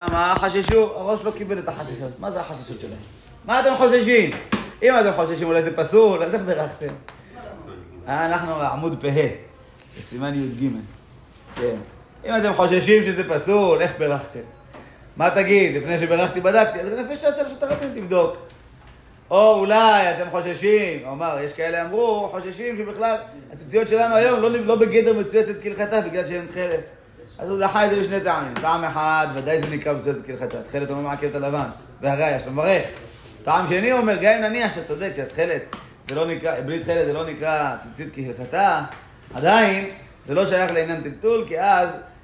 מה חששו? הראש לא קיבל את החששות. מה זה החששות שלהם? מה אתם חוששים? אם אתם חוששים אולי זה פסול, אז איך ברכתם? אנחנו עמוד פה, בסימן י"ג. כן. אם אתם חוששים שזה פסול, איך ברכתם? מה תגיד? לפני שברכתי בדקתי, אז לפני שיוצא לשת הרבים תבדוק. או אולי אתם חוששים, הוא אמר, יש כאלה אמרו, חוששים שבכלל הציציות שלנו היום לא בגדר מצויצת כהלכתה בגלל שאין תכלת. אז הוא דחה את זה בשני טעמים. טעם אחד, ודאי זה נקרא מצויצת כהלכתה. תכלת אומר מעכב את הלבן, והראיה, שאתה מברך. טעם שני אומר, גם אם נניח שצודק שהתכלת, בלי תכלת זה לא נקרא ציצית כהלכתה, עדיין זה לא שייך לעניין טלטול, כי אז,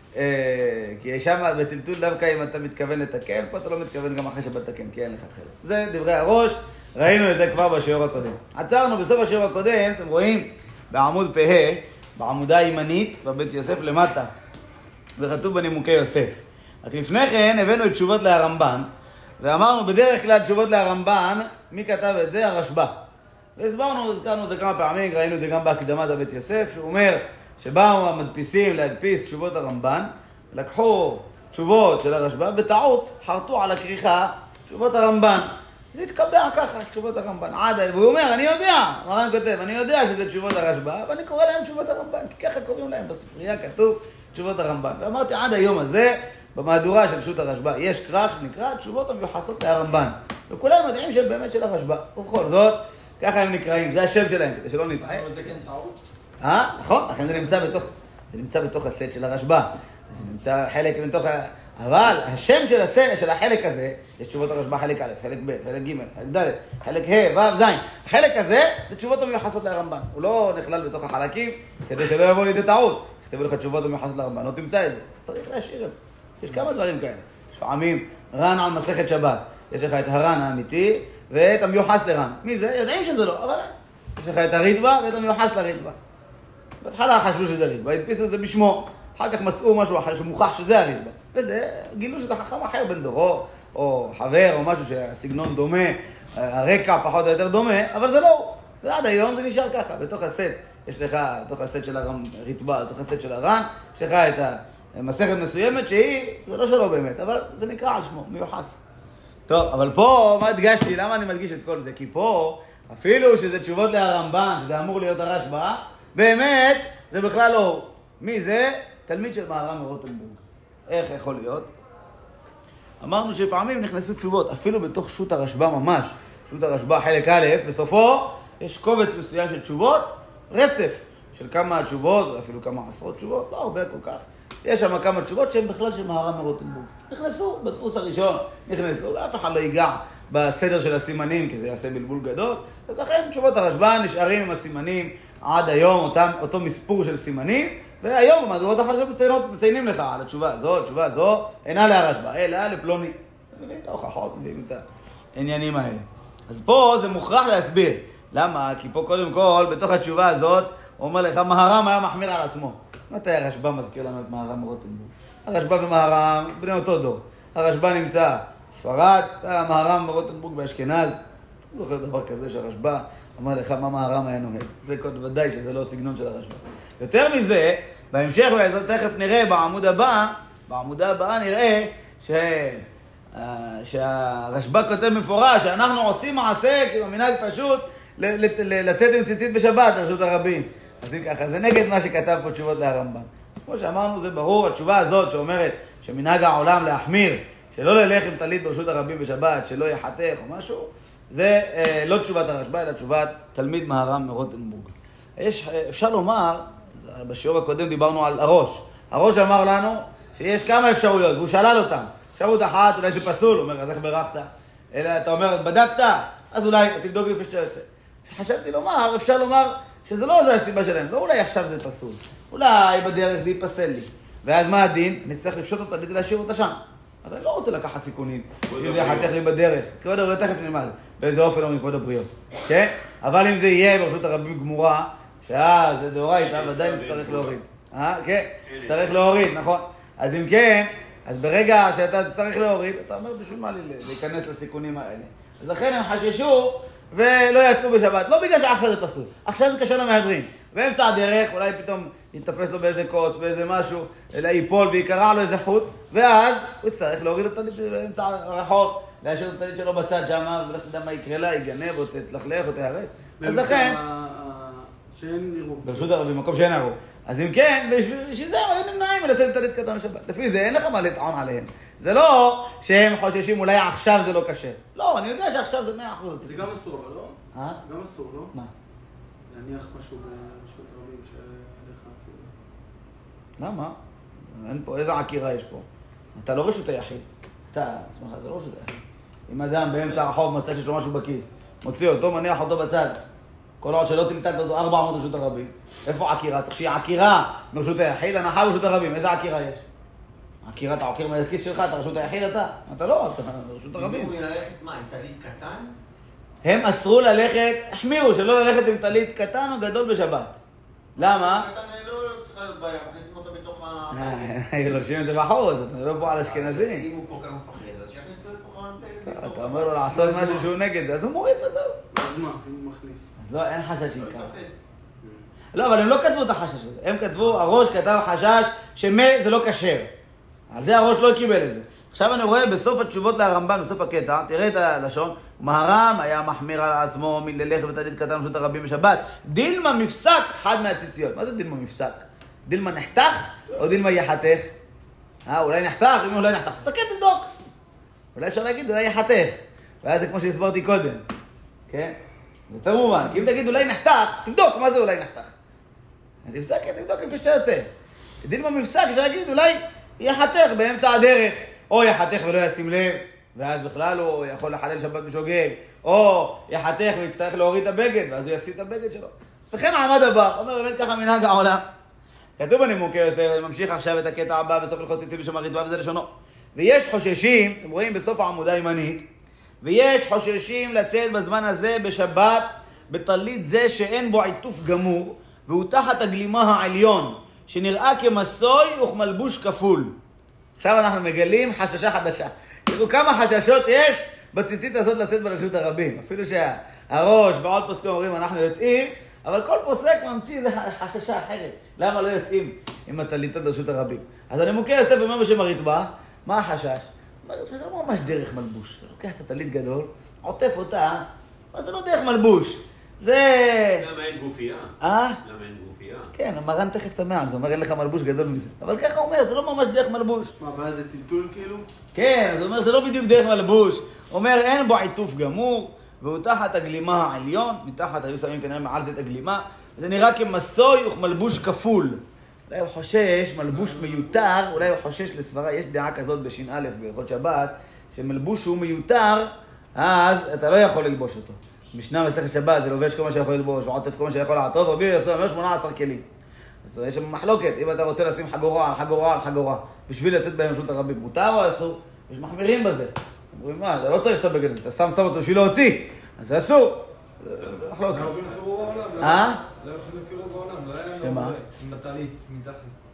כי שם בטלטול דווקא אם אתה מתכוון לתקן, פה אתה לא מתכוון גם אחרי שבתקן, כי אין לך תכלת. זה דברי הראש. ראינו את זה כבר בשיעור הקודם. עצרנו בסוף השיעור הקודם, אתם רואים, בעמוד פה, בעמודה הימנית, בבית יוסף למטה, וכתוב בנימוקי יוסף. רק לפני כן הבאנו את תשובות להרמב"ן, ואמרנו בדרך כלל תשובות להרמב"ן, מי כתב את זה? הרשב"א. והסברנו, הזכרנו את זה כמה פעמים, ראינו את זה גם בהקדמת הבית יוסף, שהוא אומר שבאו המדפיסים להדפיס תשובות הרמב"ן, לקחו תשובות של הרשב"א, בטעות חרטו על הכריכה תשובות הרמב"ן. זה התקבע ככה, תשובות הרמב"ן. והוא אומר, אני יודע, מרן כותב, אני יודע שזה תשובות הרשב"א, ואני קורא להם תשובות הרמב"ן, כי ככה קוראים להם בספרייה, כתוב תשובות הרמב"ן. ואמרתי, עד היום הזה, במהדורה של שו"ת הרשב"א, יש כרך שנקרא תשובות המיוחסות להרמב"ן. וכולם יודעים שהם באמת של הרשב"א. ובכל זאת, ככה הם נקראים, זה השם שלהם, כדי שלא נטעה. זה כן טעות? נכון, לכן זה נמצא בתוך הסט של הרשב"א. זה נמצא חלק מתוך אבל השם של החלק הזה, יש תשובות הרשב"א חלק א', חלק ב', חלק ג', חלק ד', חלק ה', ו', ז'. החלק הזה זה תשובות המיוחסות להרמב"ן. הוא לא נכלל בתוך החלקים כדי שלא יבוא לידי טעות. יכתבו לך תשובות המיוחסות להרמב"ן, לא תמצא את זה. אז צריך להשאיר את זה. יש כמה דברים כאלה. לפעמים ר"ן על מסכת שבת. יש לך את הר"ן האמיתי ואת המיוחס לר"ן. מי זה? יודעים שזה לא, אבל יש לך את הריטב"א ואת המיוחס לריטב"א. בהתחלה חשבו שזה ריטב"א, הדפיסו את זה בשמו. אחר כך מצאו משהו אחר שמוכח שזה הריטב"א. וזה, גילו שזה חכם אחר בן דורו, או חבר, או משהו שהסגנון דומה, הרקע פחות או יותר דומה, אבל זה לא. ועד היום זה נשאר ככה. בתוך הסט, יש לך, בתוך הסט של הריטב"א, בתוך הסט של הר"ן, יש לך את המסכת מסוימת שהיא, זה לא שלו באמת, אבל זה נקרא על שמו, מיוחס. טוב, אבל פה, מה הדגשתי? למה אני מדגיש את כל זה? כי פה, אפילו שזה תשובות להרמב"ן, שזה אמור להיות הרשב"א, באמת, זה בכלל לא. מי זה? תלמיד של מהר"ם מרוטנבורג. איך יכול להיות? אמרנו שלפעמים נכנסו תשובות, אפילו בתוך שו"ת הרשב"א ממש, שו"ת הרשב"א חלק א', בסופו יש קובץ מסוים של תשובות, רצף של כמה תשובות, אפילו כמה עשרות תשובות, לא הרבה כל כך. יש שם כמה תשובות שהן בכלל של מהר"ם מרוטנבורג. נכנסו בדפוס הראשון, נכנסו, ואף אחד לא ייגע בסדר של הסימנים, כי זה יעשה בלבול גדול. אז לכן תשובות הרשב"א נשארים עם הסימנים עד היום, אותו מספור של סימנים, והיום במהדורות החדשות מציינים לך על התשובה הזו, אינה להרשב"א, אלא לפלוני. מביאים את ההוכחות, מביאים את העניינים האלה. אז פה זה מוכרח להסביר. למה? כי פה קודם כל, בתוך התשובה הזאת, הוא אומר לך, מהר"ם היה מחמיר על עצמו. מתי הרשב"א מזכיר לנו את מהר"ם מרוטנבורג? הרשב"א ומהר"ם בני אותו דור. הרשב"א נמצא בספרד, מהר"ם מרוטנבורג באשכנז. לא זוכר דבר כזה שהרשב"א אמר לך מה מהר"ם היה נוהג. זה ודאי שזה לא סגנון של הרשב"א. יותר מזה, בהמשך, וזאת תכף נראה בעמודה הבאה נראה שהרשב"א כותב מפורש, שאנחנו עושים מעשה, כאילו מנהג פשוט, לצאת עם ציצית בשבת, לרשות הרבים. אז אם ככה, זה נגד מה שכתב פה תשובות להרמב"ן. אז כמו שאמרנו, זה ברור, התשובה הזאת שאומרת שמנהג העולם להחמיר, שלא ללך עם טלית ברשות הרבים בשבת, שלא יחתך או משהו, זה לא תשובת הרשב"א, אלא תשובת תלמיד מהר"ם מרוטנבורג. אפשר לומר, בשיעור הקודם דיברנו על הראש. הראש אמר לנו שיש כמה אפשרויות, והוא שלל אותם. אפשרות אחת, אולי זה פסול, הוא אומר, אז איך ברכת? אלא אתה אומר, בדקת? אז אולי תבדוק לפני שאתה יוצא. חשבתי לומר, אפשר לומר שזה לא זה הסיבה שלהם, לא אולי עכשיו זה פסול. אולי בדרך זה ייפסל לי. ואז מה הדין? אני צריך לפשוט אותה, להשאיר אותה שם. אז אני לא רוצה לקחת סיכונים, אם זה יחתך לי בדרך. כבוד הבריות, תכף נלמד. באיזה אופן אומרים כבוד הבריות. כן? אבל אם זה יהיה ברשות הרבים גמורה, זה דאורייתא, ודאי נצטרך להוריד. כן? צריך להוריד, נכון. אז אם כן, אז ברגע שאתה צריך להוריד, אתה אומר בשביל מה להיכנס לסיכונים האלה. אז לכן הם חששו ולא יצאו בשבת, לא בגלל שעכשיו זה פסול, עכשיו זה קשה למהדרין. באמצע הדרך, אולי פתאום יתפס לו באיזה קוץ, באיזה משהו, אלא ייפול ויקרע לו איזה חוט, ואז הוא יצטרך להוריד את הטלית באמצע הרחוב, להשאיר את הטלית שלו בצד שם, ולך תדע מה יקרה לה, יגנב או תתלכלך או תהרס. אז לכן... שאין עירוב. ברשות הרבים, במקום שאין עירוב. אז אם כן, בשביל זה היו נמנעים מלצאת טלית קטן לשבת. לפי זה אין לך מה לטעון עליהם. זה לא שהם חוששים אולי עכשיו זה לא קשה. לא, אני יודע שעכשיו זה 100%. זה גם אסור, אבל לא? גם אסור, לא? מה? להניח משהו ברשות הרבים שעליך כאילו. למה? אין פה, איזה עקירה יש פה? אתה לא רשות היחיד. אתה, עצמך, זה לא רשות היחיד. אם אדם באמצע הרחוב מצא שיש לו משהו בכיס, מוציא אותו, מניח אותו בצד. כל עוד שלא תלתת אותו 400 רשות הרבים. איפה עקירה? צריך שיהיה עקירה מרשות היחיד, הנחה ברשות הרבים. איזה עקירה יש? עקירה, אתה עוקר מהכיס שלך, אתה רשות היחיד אתה? אתה לא, אתה רשות הרבים. הם ללכת מה, עם טלית קטן? הם אסרו ללכת, החמירו שלא ללכת עם טלית קטן או גדול בשבת. למה? קטן לא צריך להיות בעיה, מכניסים אותו בתוך ה... לובשים את זה בחוז, אתה מדבר פה על אשכנזים. אם הוא פה כמה מפחד, אז שיכניס לו לתוך אתה אומר לו לעשות משהו שהוא נגד זה, אז הוא מוריד וזהו. אז מה, אם הוא מכניס? אז לא, אין חשש לא עיקר. יתפס. לא, אבל הם לא כתבו את החשש הזה. הם כתבו, הראש כתב חשש זה לא כשר. על זה הראש לא קיבל את זה. עכשיו אני רואה בסוף התשובות להרמב"ן, בסוף הקטע, תראה את הלשון, מהר"ם היה מחמיר על עצמו מללך בטלית קטן רשות הרבים בשבת. דילמה מפסק, אחד מהציציות. מה זה דילמה מפסק? דילמה נחתך או דילמה יחתך? אולי נחתך, אם אולי נחתך, תסתכל, תבדוק. אולי אפשר להגיד, אולי יחתך. ואז זה כמו שהסברתי קודם. כן? זה יותר מובן. כי אם תגיד אולי נחתך, תבדוק מה זה אולי נחתך. אז תפסק, תבדוק לפי שאתה יוצא. דילמה מפסק, אפשר להגיד, אולי יחתך באמצע הדרך. או יחתך ולא ישים לב, ואז בכלל הוא יכול לחלל שבת בשוגג, או יחתך ויצטרך להוריד את הבגד, ואז הוא יפסיד את הבגד שלו. וכן עמד הבא, אומר באמת ככה מנהג העולם. כתוב בנימוקי יוסף, אני ממשיך עכשיו את הקטע הבא בסוף הלכות ציצית בשם הריטואל, וזה לשונו. ויש חוששים, אתם רואים בסוף העמודה הימנית, ויש חוששים לצאת בזמן הזה בשבת, בטלית זה שאין בו עיטוף גמור, והוא תחת הגלימה העליון, שנראה כמסוי וכמלבוש כפול. עכשיו אנחנו מגלים חששה חדשה. תראו כמה חששות יש בציצית הזאת לצאת ברשות הרבים. אפילו שהראש ועוד פוסקים אומרים אנחנו יוצאים, אבל כל פוסק ממציא איזה חששה אחרת. למה לא יוצאים עם הטליתות לרשות הרבים? אז אני מוכר יוסף אומר בשם הרטב"א, מה החשש? זה לא ממש דרך מלבוש. זה לוקח את הטלית גדול, עוטף אותה, אבל זה לא דרך מלבוש. זה... למה אין גופייה? למה אין גופייה? כן, המרן תכף תמה, זה אומר אין לך מלבוש גדול מזה. אבל ככה הוא אומר, זה לא ממש דרך מלבוש. מה, הבעיה זה טלטול כאילו? כן, אז הוא אומר, זה לא בדיוק דרך מלבוש. הוא אומר, אין בו עיטוף גמור, והוא תחת הגלימה העליון, מתחת היו שמים כנראה מעל זה את הגלימה, זה נראה כמסוי ומלבוש כפול. אולי הוא חושש, מלבוש מיותר, אולי הוא חושש לסברה, יש דעה כזאת בש"א בהלכות שבת, שמלבוש הוא מיותר, אז אתה לא יכול ללבוש אותו. משנה מסכת שבת, זה לובש כל מה שיכול ללבוש, הוא עוטף כל מה שיכול לעטוף, רבי יוסף אומר 18 כלים. אז יש שם מחלוקת, אם אתה רוצה לשים חגורה על חגורה על חגורה, בשביל לצאת בהם רשות הרבים, מותר או אסור? יש מחמירים בזה. אומרים, מה, אתה לא צריך שאתה בגד, אתה שם אותו בשביל להוציא, אז זה אסור. מחלוקת. לא יכולים לפירו בעולם, לא יכולים לפירו בעולם, לא היה לנו שמה? עם הטלית, מתחת.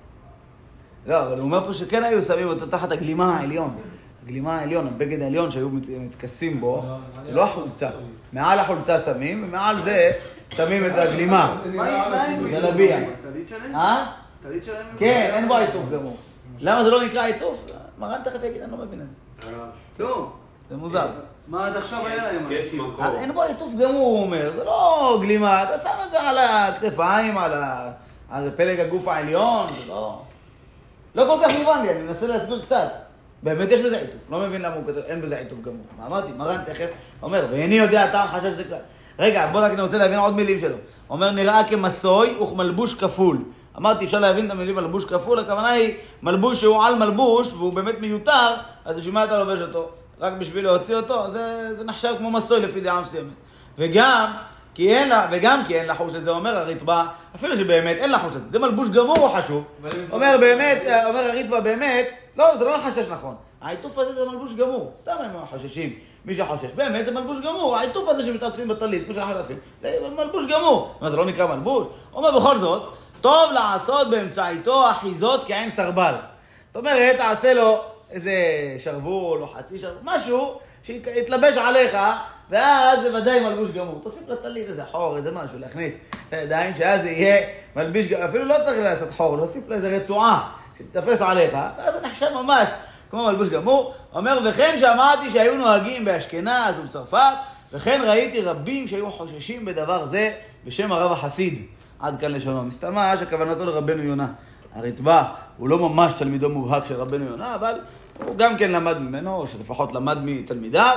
לא, אבל הוא אומר פה שכן היו שמים אותו תחת הגלימה העליון. הגלימה העליון, הבגד העליון שהיו מתכסים בו, זה לא החולצה. מעל החולצה שמים, ומעל זה שמים את הגלימה. גלביה. טלית שלהם? טלית שלהם? כן, אין בו עיטוף גמור. למה זה לא נקרא עיטוף? מרן תכף יגיד, אני לא מבין את זה. לא. זה מוזר. מה עד עכשיו היה להם? יש מקור. אין בו עיטוף גמור, הוא אומר. זה לא גלימה, אתה שם את זה על הכתפיים, על פלג הגוף העליון, זה לא... לא כל כך מובן לי, אני מנסה להסביר קצת. באמת יש בזה עיטוף, לא מבין למה הוא כתוב, אין בזה עיטוף גמור. מה אמרתי? מרן תכף אומר, ואיני יודע, טעם חשש זה כלל. רגע, בוא רק אני רוצה להבין עוד מילים שלו. אומר, נראה כמסוי וכמלבוש כפול. אמרתי, אפשר להבין את המילים מלבוש כפול, הכוונה היא מלבוש שהוא על מלבוש, והוא באמת מיותר, אז בשביל מה אתה לובש אותו? רק בשביל להוציא אותו, זה נחשב כמו מסוי לפי דעה מסוימת. וגם כי אין לחוש לזה, אומר הרטב"א, אפילו שבאמת אין לחוש לזה, זה מלבוש גמור הוא חשוב. אומר באמת, אומר הרטב"א באמת, לא, זה לא חשש נכון. העיטוף הזה זה מלבוש גמור, סתם הם חוששים, מי שחושש, באמת זה מלבוש גמור, העיטוף הזה שמתאספים בטלית, כמו שאנחנו מתאספים, זה מלבוש גמור. מה, זה לא נקרא מלבוש? אומר בכל זאת, טוב לעשות באמצעיתו אחיזות כעין סרבל. זאת אומרת, תעשה לו איזה שרוול או חצי שרוול, משהו שיתלבש עליך, ואז זה ודאי מלבוש גמור. תוסיף לטלית איזה חור, איזה משהו, להכניס את הידיים, שאז זה יהיה מלביש גמור. אפילו לא צריך לעשות חור, להוסיף לאיזה רצועה שתתפס עליך, ואז זה נחשב ממש כמו מלבוש גמור. אומר, וכן שמעתי שהיו נוהגים באשכנז ובצרפת, וכן ראיתי רבים שהיו חוששים בדבר זה בשם הרב החסיד. עד כאן לשונו. מסתמה שכוונתו לרבנו יונה. הרתב"א הוא לא ממש תלמידו מובהק של רבנו יונה, אבל הוא גם כן למד ממנו, או שלפחות למד מתלמידיו,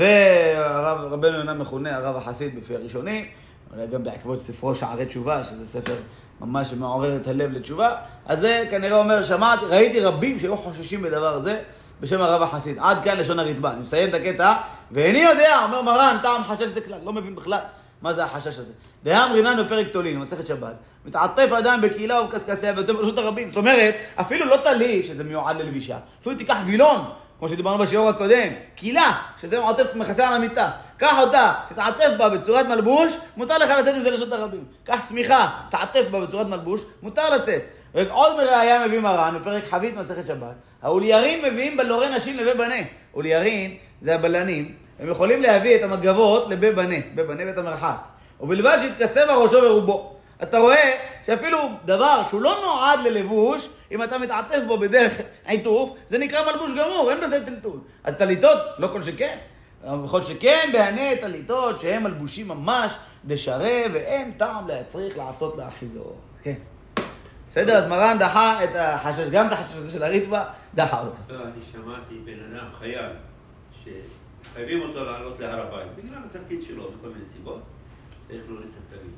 ורבנו יונה מכונה הרב החסיד בפי הראשונים, אולי גם בעקבות ספרו שערי תשובה, שזה ספר ממש מעורר את הלב לתשובה. אז זה כנראה אומר, שמעתי, ראיתי רבים שהיו חוששים בדבר הזה בשם הרב החסיד. עד כאן לשון הרתב"א. אני מסיים את הקטע, ואיני יודע, אומר מרן, טעם חשש זה כלל, לא מבין בכלל מה זה החשש הזה. דהם רינן בפרק תולין, מסכת שבת, מתעטף אדם בקהילה ובקשקשיה ויוצא ברשות הרבים. זאת אומרת, אפילו לא טלית, שזה מיועד ללבישה, אפילו תיקח וילון, כמו שדיברנו בשיעור הקודם, קהילה, שזה מעטף מכסה על המיטה, קח אותה, תתעטף בה בצורת מלבוש, מותר לך לצאת מזה לרשות הרבים. קח סמיכה, תעטף בה בצורת מלבוש, מותר לצאת. ועוד מראיה מביא מרן, בפרק חבית מסכת שבת, האוליירים מביאים בלורי נשים לבי בנה. אוליירים זה הבלנים, הם יכולים להביא את המגבות לבי בנה, בבנה בית המרחץ. ובלבד שיתכסה בראשו ורובו. אז אתה רואה שאפילו דבר שהוא לא נועד ללבוש, אם אתה מתעטף בו בדרך עיטוף, זה נקרא מלבוש גמור, אין בזה טלטול. אז טליתות, לא כל שכן. בכל שכן, בהנה טליתות שהם מלבושים ממש דשרה, ואין טעם להצריך לעשות לאחיזות. כן. בסדר, אז מרן דחה את החשש, גם את החשש הזה של הרתב"א, דחה אותו. לא, אני שמעתי בן אדם, חייל, שחייבים אותו לעלות להר הבית, בגלל התפקיד שלו, בכל מיני סיבות, צריך להוריד את הטלית.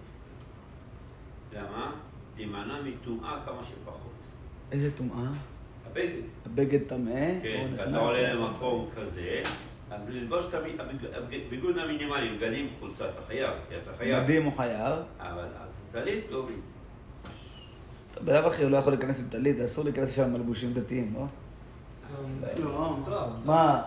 למה? להימנע מטומאה כמה שפחות. איזה טומאה? הבגד. הבגד טמא? כן, אתה עולה למקום כזה, אז ללבוש את הביגוד המינימלי, בגדים חולצה, אתה חייב, כי אתה חייב. מדים הוא חייב. אבל אז טלית להוריד. בלב אחי הוא לא יכול להיכנס עם טלית, זה אסור להיכנס שם מלבושים דתיים, לא? לא, מה?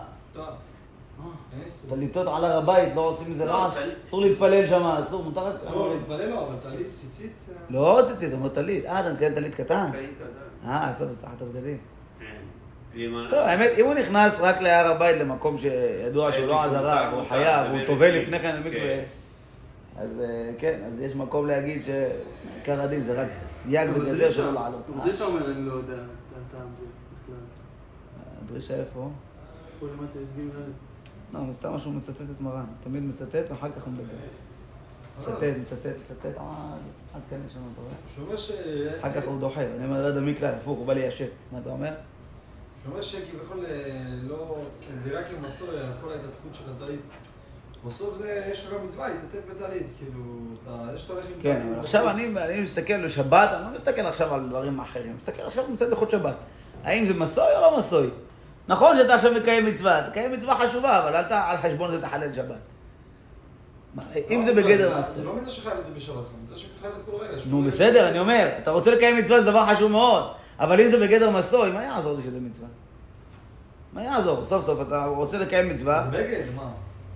טליתות על הר הבית, לא עושים מזה רעש? אסור להתפלל שם, אסור, מותר רק... לא, להתפלל לא, אבל טלית ציצית... לא ציצית, זה אומר טלית. אתה מתכוון טלית קטן? טלית קטן. טוב, זה תחת הבגדים. כן. טוב, האמת, אם הוא נכנס רק להר הבית למקום שידוע שהוא לא עזרה, הוא חייב, הוא טובל לפני כן למקווה, אז כן, אז יש מקום להגיד שעיקר הדין זה רק סייג וגדר שלא לעלות. דרישה אומר, אני לא יודע, אתה זה בכלל. הדרישה איפה? פה למטה יש גימל. לא, זה סתם משהו מצטט את מרן. תמיד מצטט ואחר כך הוא מדבר. מצטט, עד כאן יש לנו, אתה רואה? שאומר ש... אחר כך הוא דוחה, אני אומר, לא יודע מי כלל, הפוך, הוא בא ליישב. מה אתה אומר? שאומר שכביכול לא... כדירה כמסור, כל ההתעטפות של הטלית. בסוף זה, יש לך גם מצווה, להתעטף בטלית, כאילו, יש שאתה הולך עם טלית. כן, אבל עכשיו אני מסתכל לשבת, אני לא מסתכל עכשיו על דברים אחרים, אני מסתכל עכשיו מצד לכות שבת. האם זה מסוי או לא מסוי? נכון שאתה עכשיו מקיים מצווה, תקיים מצווה חשובה, אבל אל על חשבון זה תחלל שבת. אם זה בגדר מסוי. זה לא מזה שחייב את זה בשבת, זה שחייב את כל רגע. נו בסדר, אני אומר, אתה רוצה לקיים מצווה זה דבר חשוב מאוד, אבל אם זה בגדר מסוי, מה יעזור לי שזה מצווה? מה יעזור? סוף סוף אתה רוצה לקיים מצווה. זה בגד, מה?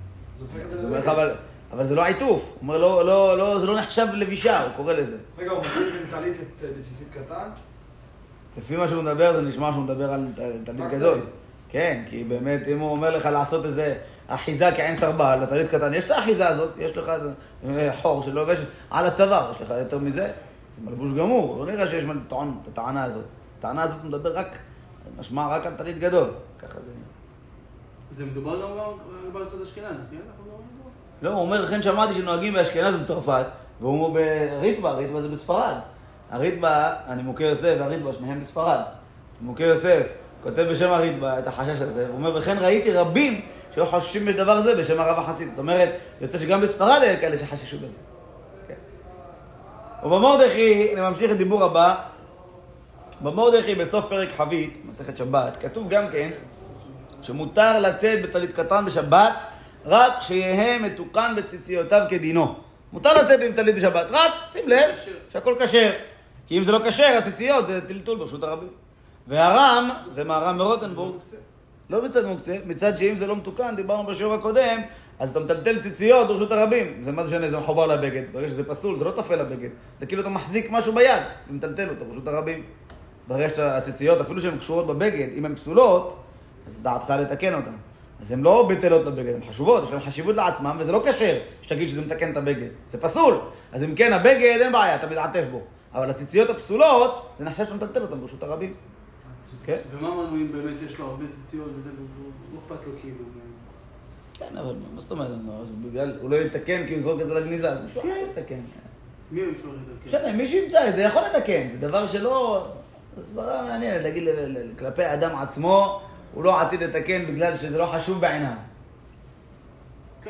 אבל זה לא עיטוף, הוא אומר לא, זה לא נחשב לבישה, הוא קורא לזה. רגע, הוא מביא בין טלית לציצית קטן? לפי מה שהוא מדבר, זה נשמע שהוא מדבר על טלית גדול. כן, כי באמת, אם הוא אומר לך לעשות איזה אחיזה כעין סרבל, לטלית קטן, יש את האחיזה הזאת, יש לך חור שלא לובש על הצוואר, יש לך יותר מזה, זה מלבוש גמור, לא נראה שיש מה לטעון את הטענה הזאת. הטענה הזאת מדבר רק, משמע רק על טלית גדול, ככה זה נראה. זה מדובר גם על בארצות אשכנז, כן? לא, הוא אומר, לכן שמעתי שנוהגים באשכנז ובצרפת, והוא אומר ברתב"א זה בספרד. הרתב"א, הנימוקי יוסף והרתב"א, שניהם בספרד. נימוקי יוסף כותב בשם הרתב"א את החשש הזה, הוא אומר, וכן ראיתי רבים שהיו חוששים בדבר זה בשם הרב החסיד. זאת אומרת, יוצא שגם בספרד היו כאלה שחששו בזה. כן. ובמורדכי, אני ממשיך את דיבור הבא, במורדכי בסוף פרק חבית, מסכת שבת, כתוב גם כן, שמותר לצאת בטלית קטן בשבת, רק שיהיה מתוקן בציציותיו כדינו. מותר לצאת עם טלית בשבת, רק שים לב שהכל כשר. כי אם זה לא כשר, הציציות זה טלטול ברשות הרבים. והרם, זה מהרם מרוטנבורג, לא מצד מוקצה, מצד שאם זה לא מתוקן, דיברנו בשיעור הקודם, אז אתה מטלטל ציציות ברשות הרבים. זה מה זה שונה, זה מחובר לבגד. ברגע שזה פסול, זה לא תפל לבגד. זה כאילו אתה מחזיק משהו ביד, ומטלטל אותו ברשות הרבים. ברגע שהציציות, אפילו שהן קשורות בבגד, אם הן פסולות, אז דעתך לתקן אותן. אז הן לא בטלות לבגד, הן חשובות, יש להן חשיבות לעצמם, וזה לא כשר שתגיד שזה מתקן את הבגד, זה פסול. אז אם כן, הבגד אין בעיה, אתה מתעטף בו. אבל הציציות הפסולות, זה נחשב שמטלטל אותם ברשות הרבים. כן? ומה מנועים באמת יש לו הרבה ציציות וזה, לא אכפת לו כאילו. כן, אבל מה זאת אומרת? בגלל, הוא לא יתקן כי הוא זרוק את זה לגניזה, אז מישהו אחר יתקן. מי הוא יפלור את זה? משנה, מי שימצא את זה יכול לתקן, זה דבר שלא... זו סברה מעניינת, להגיד כלפי האדם עצמו, הוא לא עתיד לתקן בגלל שזה לא חשוב בעיניו. כן.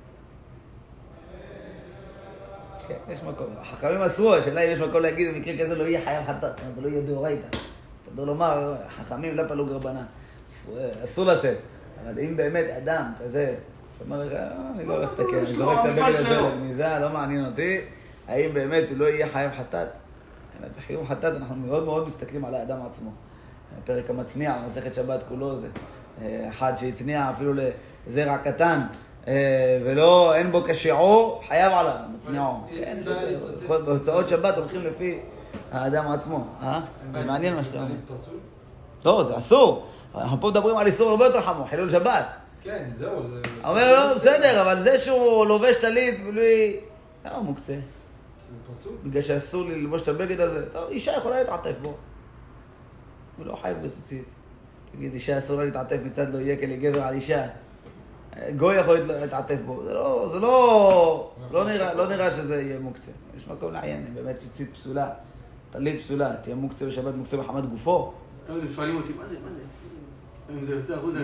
כן, יש מקום. החכמים אסרו, השאלה אם יש מקום להגיד, במקרה כזה לא יהיה חייב חטאת, זה לא יהיה דאורייתא. אז תדעו לומר, חכמים לא פעלו גרבנן, אסור לצאת. אבל אם באמת אדם כזה, אומר לך, אני לא הולך לתקן, אני זורק את הבגד הזה לגניזה, לא מעניין אותי, האם באמת הוא לא יהיה חייב חטאת? בחיוב חטאת אנחנו מאוד מאוד מסתכלים על האדם עצמו. פרק המצניע, מסכת שבת כולו זה. אחד שהצניע אפילו לזרע קטן, ולא, אין בו כשיעור, חייב עליו, מצניעו. כן, בהוצאות שבת הולכים לפי האדם עצמו. זה מעניין מה שאתה אומר. לא, זה אסור. אנחנו פה מדברים על איסור הרבה יותר חמור, חילול שבת. כן, זהו. אומר, לא, בסדר, אבל זה שהוא לובש טלית בלי... למה הוא מוקצה? בגלל שאסור לי ללבוש את הבגד הזה, טוב, אישה יכולה להתעטף בו. הוא לא חייב בציצית. תגיד, אישה אסור לה להתעטף מצד לא יהיה כלי גבר על אישה. גוי יכול להתעטף בו. זה לא נראה שזה יהיה מוקצה. יש מקום לעיין, באמת ציצית פסולה, טלית פסולה, תהיה מוקצה בשבת, מוקצה בחמת גופו. הם שואלים אותי, מה זה? אם זה יוצא החוצה.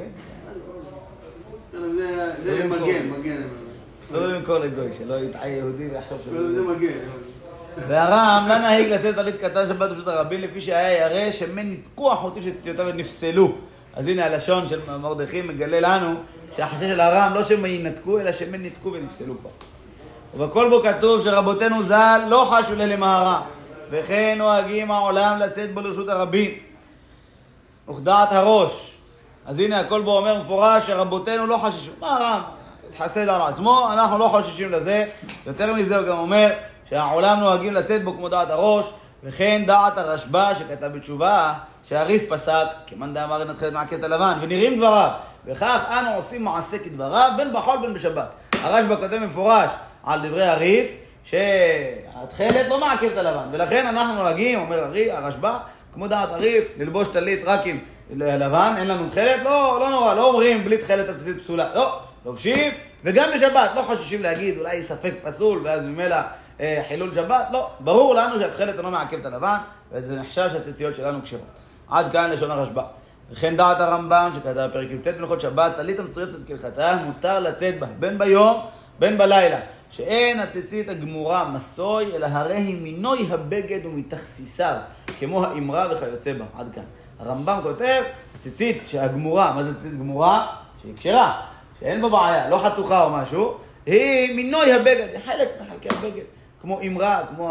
זה מגן. אסור למכור לגוי, שלא יטעה יהודי ויחשוב שלא... זה מגן. והר"ם לא נהיג לצאת טלית קטן שבת ברשות הרבים, לפי שהיה ירא שמהם ניתקו החוטים שציציותיו ונפסלו. אז הנה הלשון של מרדכי מגלה לנו שהחשש של הר"ם לא שהם ינתקו, אלא שהם ניתקו ונפסלו פה. ובכל בו כתוב שרבותינו ז"ל לא חשו למהרה, וכן נוהגים העולם לצאת בו לרשות הרבים. וכדעת הראש. אז הנה הכל בו אומר מפורש שרבותינו לא חששו. מה הר"ם? התחסד על עצמו, אנחנו לא חוששים לזה. יותר מזה הוא גם אומר שהעולם נוהגים לצאת בו כמו דעת הראש, וכן דעת הרשב"א שכתב בתשובה שהריף פסק, כמאן דאמר אין התחילת מעכב את הלבן, ונראים דבריו, וכך אנו עושים מעשה כדבריו, בין בחול בין בשבת. הרשב"א כותב מפורש על דברי הריף, שהתחילת לא מעכב את הלבן, ולכן אנחנו נוהגים, אומר הרשב"א, כמו דעת הריף, ללבוש טלית רק עם לבן, אין לנו תחילת, לא נורא, לא אומרים בלי תחילת הציצית פסולה, לא, לובשים, וגם בשבת, לא חוששים להגיד, אולי ספק פסול, ואז ממילא חילול שבת, לא, ברור לנו שהתחילת לא מעכב את הלבן, וזה נחשב שהציציות שלנו כשרות. עד כאן לשון הרשב"א. וכן דעת הרמב"ם שכתב פרק י"ט בהלכות שבת, טלית המצויצת כהלכתה, מותר לצאת בה, בין ביום, בין בלילה, שאין הציצית הגמורה מסוי, אלא הרי היא מינוי הבגד ומתכסיסיו, כמו האמרה וכיוצא בה. עד כאן. הרמב"ם כותב, הציצית שהגמורה, מה זה ציצית גמורה? שהיא כשרה, שאין בה בעיה, לא חתוכה או משהו, היא מינוי הבגד, היא חלק מחלקי הבגד, כמו אמרה, כמו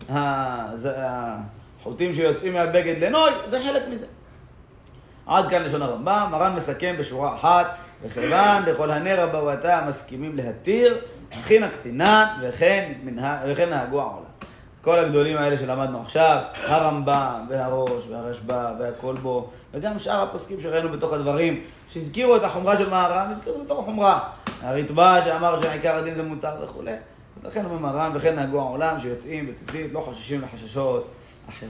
החוטים שיוצאים מהבגד לנוי, זה חלק מזה. עד כאן לשון הרמב"ם, מרן מסכם בשורה אחת, וכיוון בכל הנר הבאותה מסכימים להתיר, הכין הקטינן וכן נהגו העולם. כל הגדולים האלה שלמדנו עכשיו, הרמב"ם והראש והרשב"א והכל בו, וגם שאר הפוסקים שראינו בתוך הדברים, שהזכירו את החומרה של מהר"ם, הזכירו בתוך החומרה. הרתב"א שאמר שעיקר הדין זה מותר וכו'. אז לכן אומר מרן וכן נהגו העולם שיוצאים בציצית, לא חוששים לחששות אחרים.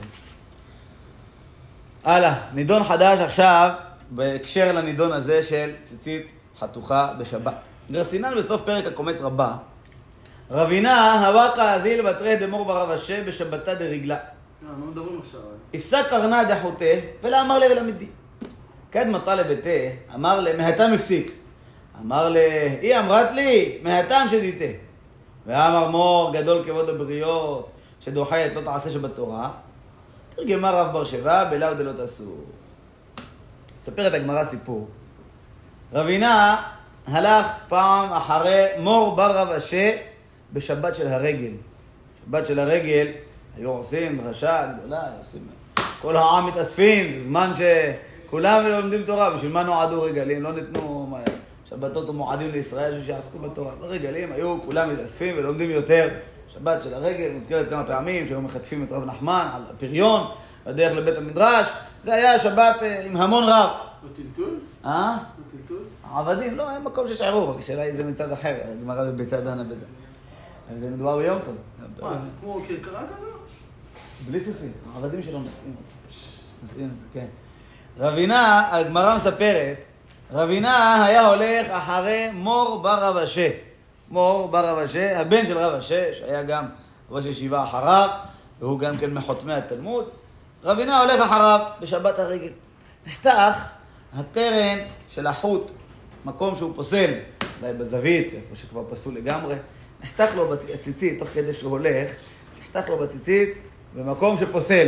הלאה, נידון חדש עכשיו, בהקשר לנידון הזה של ציצית חתוכה בשבת. גרסינן בסוף פרק הקומץ רבה, רבינה הוואקה הזיל בתרי דמור ברב אשה בשבתה דרגלה. מה מדברים עכשיו? הפסק קרנה דחותה ולאמר לה ולמדי. קדמתה לביתה, אמר לה, מהתם הפסיק. אמר לה, היא אמרת לי, מהתם שדיתה. ואמר מור גדול כבוד הבריות, שדוחיית לא תעשה שבתורה. תרגמה רב בר שבע, בלאו דלא תעשו. מספרת הגמרא סיפור. רבינה הלך פעם אחרי מור בר רב אשה בשבת של הרגל. שבת של הרגל היו עושים דרשה גדולה, כל העם מתאספים, זה זמן שכולם לומדים תורה, בשביל מה נועדו רגלים, לא ניתנו שבתות ומועדים לישראל שעסקו בתורה. ברגלים היו כולם מתאספים ולומדים יותר. שבת של הרגל מוזכרת כמה פעמים, שהיו מחטפים את רב נחמן על הפריון, בדרך לבית המדרש. זה היה שבת עם המון רב, לא טלטול? אה? לא טלטול? עבדים, לא, אין מקום שיש עירוב, השאלה היא זה מצד אחר, הגמרא בביצה דנה בזה. אז זה מדובר ביום טוב. מה, זה כמו קרקרה כזו? בלי סוסים, העבדים שלו נושאים אותו. נושאים אותו, כן. רבינה, הגמרא מספרת, רבינה היה הולך אחרי מור בר רב אשה. מור בר רב אשה, הבן של רב אשה, שהיה גם ראש ישיבה אחריו, והוא גם כן מחותמי התלמוד. רבינה הולך אחריו בשבת הרגל. נחתך הקרן של החוט, מקום שהוא פוסל, אולי בזווית, איפה שכבר פסול לגמרי, נחתך לו בציצית, תוך כדי שהוא הולך, נחתך לו בציצית במקום שפוסל.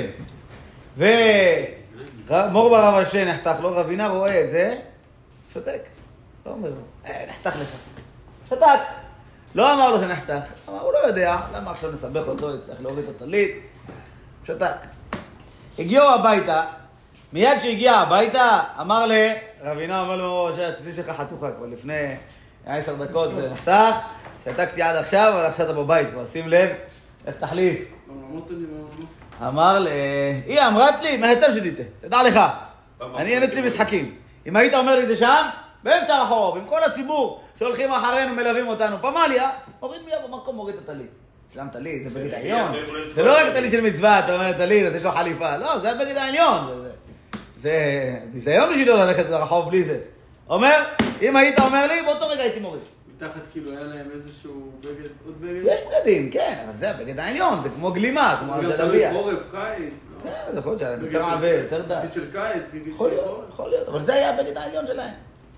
ומור בר רב אשה נחתך לו, רבינה רואה את זה, שתק. לא אומר לו, נחתך לך. שתק. לא אמר לו שנחתך, אמר, הוא לא יודע, למה עכשיו נסבך אותו, צריך להוריד את הטלית. שתק. הגיעו הביתה, מיד שהגיע הביתה, אמר לרבינה, אומר לו, שהציצית שלך חתוכה כבר לפני 10 דקות זה נחתך, שתקתי עד עכשיו, אבל עכשיו אתה בבית כבר, שים לב, איך תחליף? אמר היא אמרת לי, מהטב שתיתה, תדע לך, אני אין אצלי משחקים. אם היית אומר לי את זה שם, באמצע הרחוב, עם כל הציבור שהולכים אחרינו, מלווים אותנו, פמליה, הוריד מיד במקום, הוריד את הטלית. אצלם טלית, זה בגד העליון. זה לא רק טלית של מצווה, אתה אומר טלית, אז יש לו חליפה. לא, זה בגד העליון. זה ביזיון בשבילו ללכת לרחוב בלי זה. אומר, אם היית אומר לי, באותו רגע הייתי מוריד. מתחת כאילו היה להם איזשהו בגד, עוד בגד? יש בגדים, כן, אבל זה בגד העליון, זה כמו גלימה, כמו הג'לביה. חורף, קיץ. כן, זה יכול להיות שלהם, יותר עבה, יותר דק. ציצית של קיץ, יכול להיות, אבל זה היה בגד העליון שלהם.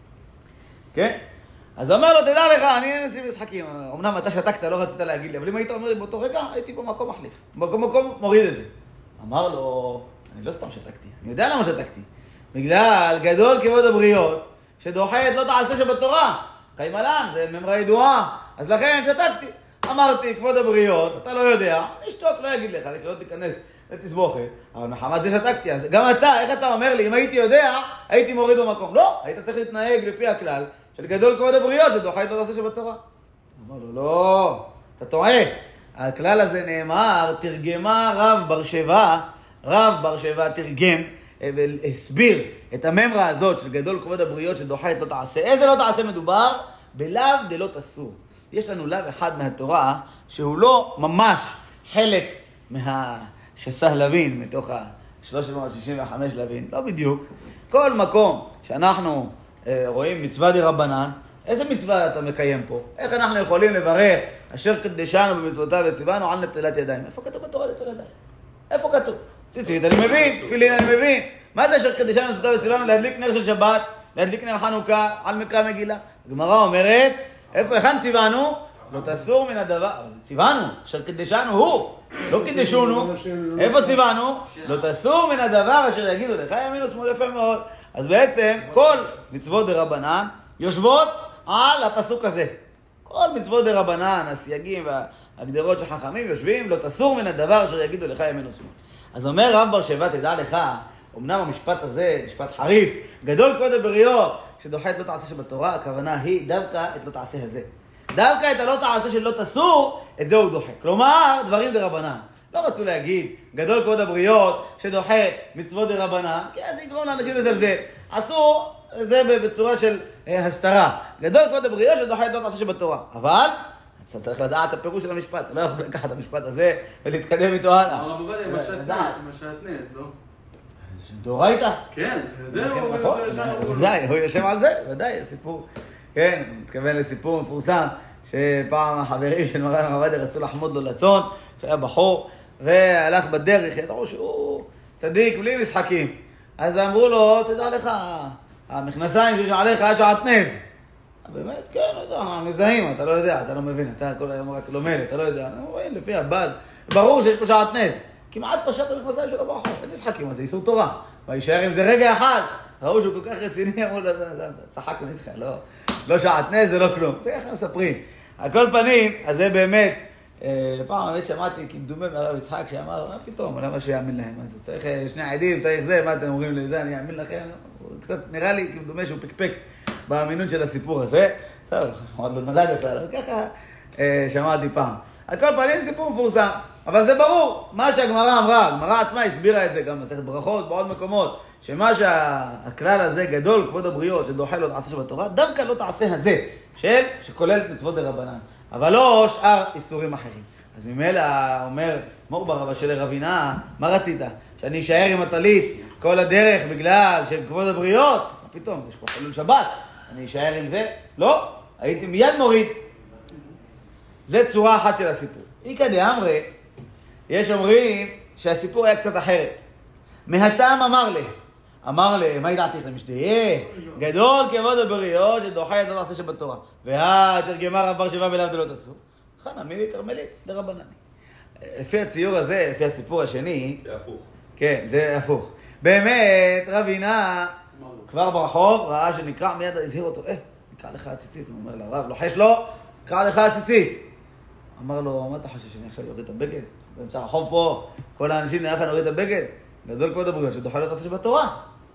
כן? אז אומר לו, תדע לך, אני אין אצלי משחקים. אמנם אתה שתקת, לא רצית להגיד לי, אבל אם היית אומר לי באותו רגע, הייתי במקום מחליף. במקום מוריד את זה. אמר לו, אני לא סתם שתקתי, אני יודע למה שתקתי. בגלל גדול כבוד הבריות, שדוחת לא תעשה שבתורה. קיימלן, זה ממרה ידועה. אז לכן שתקתי. אמרתי, כבוד הבריות, אתה לא יודע, נשתוק, לא יגיד לך, שלא תיכנס לתסבוכת. אבל מחמת זה שתקתי. אז גם אתה, איך אתה אומר לי, אם הייתי יודע, הייתי מוריד במקום. לא, היית צריך להתנהג לפי הכלל. של גדול כבוד הבריות, שדוחה את לא תעשה שבתורה. אמר לו, לא, אתה טועה. הכלל הזה נאמר, תרגמה רב בר שבע תרגם, והסביר את הממרה הזאת של גדול כבוד הבריות, שדוחה את לא תעשה. איזה לא תעשה מדובר? בלאו דלא תעשו. יש לנו לאו אחד מהתורה, שהוא לא ממש חלק שסה לוין, מתוך ה-365 לוין, לא בדיוק. כל מקום שאנחנו רואים מצווה די רבנן, איזה מצווה אתה מקיים פה? איך אנחנו יכולים לברך אשר קדשנו במצוותיו וציוונו על נטילת ידיים? איפה כתוב בתורה נטילת ידיים? איפה כתוב? ציצית אני מבין, תפילין אני מבין. מה זה אשר קדשנו במצוותיו וציוונו? להדליק נר של שבת, להדליק נר חנוכה, על מקרא מגילה. הגמרא אומרת, היכן ציוונו? לא תסור מן הדבר, ציוונו, אשר קדשנו הוא, לא קדשונו. איפה ציוונו? לא תסור מן הדבר אשר יגידו לך ימין ושמאל. יפה מאוד. אז בעצם כל מצוות דרבנן יושבות על הפסוק הזה. כל מצוות דרבנן, הסייגים והגדרות של חכמים יושבים, לא תסור מן הדבר אשר יגידו לך ימין ושמאל. אז אומר רב בר שבע, תדע לך, אמנם המשפט הזה, משפט חריף, גדול כבוד הבריות, שדוחה את לא תעשה שבתורה, הכוונה היא דווקא את לא תעשה הזה. דווקא את הלא תעשה של לא תסור, את זה הוא דוחה. כלומר, דברים דרבנן. לא רצו להגיד, גדול כבוד הבריות, שדוחה מצוות דרבנן, כי אז יגרום לאנשים לזלזל. עשו זה בצורה של הסתרה. גדול כבוד הבריות, שדוחה את לא תעשה שבתורה. אבל, אתה צריך לדעת את הפירוש של המשפט. אתה לא יכול לקחת את המשפט הזה ולהתקדם איתו הלאה. הרב עובדיה, משעת נס, לא? דאורייתא? כן, זהו. ודאי, הוא יושב על זה, ודאי, סיפור. כן, הוא מתכוון לסיפור מפורסם, שפעם החברים של מרן הרב עובדיה רצו לחמוד לו לצון, שהיה בחור, והלך בדרך, ידעו שהוא צדיק בלי משחקים. אז אמרו לו, תדע לך, המכנסיים שיש עליך היה שעטנז. באמת, כן, לא יודע, מזהים, אתה לא יודע, אתה לא מבין, אתה כל היום רק לומד, אתה לא יודע. רואים, לפי הבד, ברור שיש פה שעטנז. כמעט פשט המכנסיים שלו ברחוב, אין משחקים, אז זה איסור תורה. וישאר עם זה רגע אחד, ראו שהוא כל כך רציני, אמרו לו, צחקנו איתך, לא שעטנז, זה לא כלום. זה ככה מספרים. על כל פנים, אז זה באמת, פעם באמת שמעתי כמדומה מהרב יצחק שאמר, מה פתאום, למה שיאמין להם? אז צריך שני עדים, צריך זה, מה אתם אומרים לזה, אני אאמין לכם? קצת נראה לי כמדומה שהוא פקפק באמינות של הסיפור הזה. טוב, עוד לא נולד אפשר, אבל ככה שמעתי פעם. על כל פנים סיפור מפורסם, אבל זה ברור, מה שהגמרא אמרה, הגמרא עצמה הסבירה את זה גם במסכת ברכות, בעוד מקומות, שמה שהכלל הזה גדול, כבוד הבריות, שדוחה לא תעשה שבתורה, דווקא לא תעשה הזה, שכולל מצוות דרבנן, אבל לא שאר איסורים אחרים. אז ממילא אומר מור ברבא של רבינה, מה רצית? שאני אשאר עם הטלית כל הדרך בגלל שכבוד הבריות? מה פתאום, זה שפה חילול שבת, אני אשאר עם זה? לא, הייתי מיד מוריד. זה צורה אחת של הסיפור. איקא דאמרי, יש אומרים שהסיפור היה קצת אחרת. מהטעם אמר לי, מה ידעתיך למשתהיה? גדול כבוד הבריות שדוחה את לא תעשה שבתורה. תרגמה רב בר שבע בלאו דלא תעשו. חנה, מי כרמלית? דרבנן. לפי הציור הזה, לפי הסיפור השני... זה הפוך. כן, זה הפוך. באמת, רבינה כבר ברחוב ראה שנקרע, מיד הזהיר אותו, נקרע לך הציצית. הוא אומר לרב, לוחש לו, נקרע לך הציצית. אמר לו, מה אתה חושב, שאני עכשיו יוריד את הבגד? באמצע הרחוב פה, כל האנשים נראה לך נוריד את הבגד? גדול כבוד הבריות שדוחה לא תעשה שבתורה.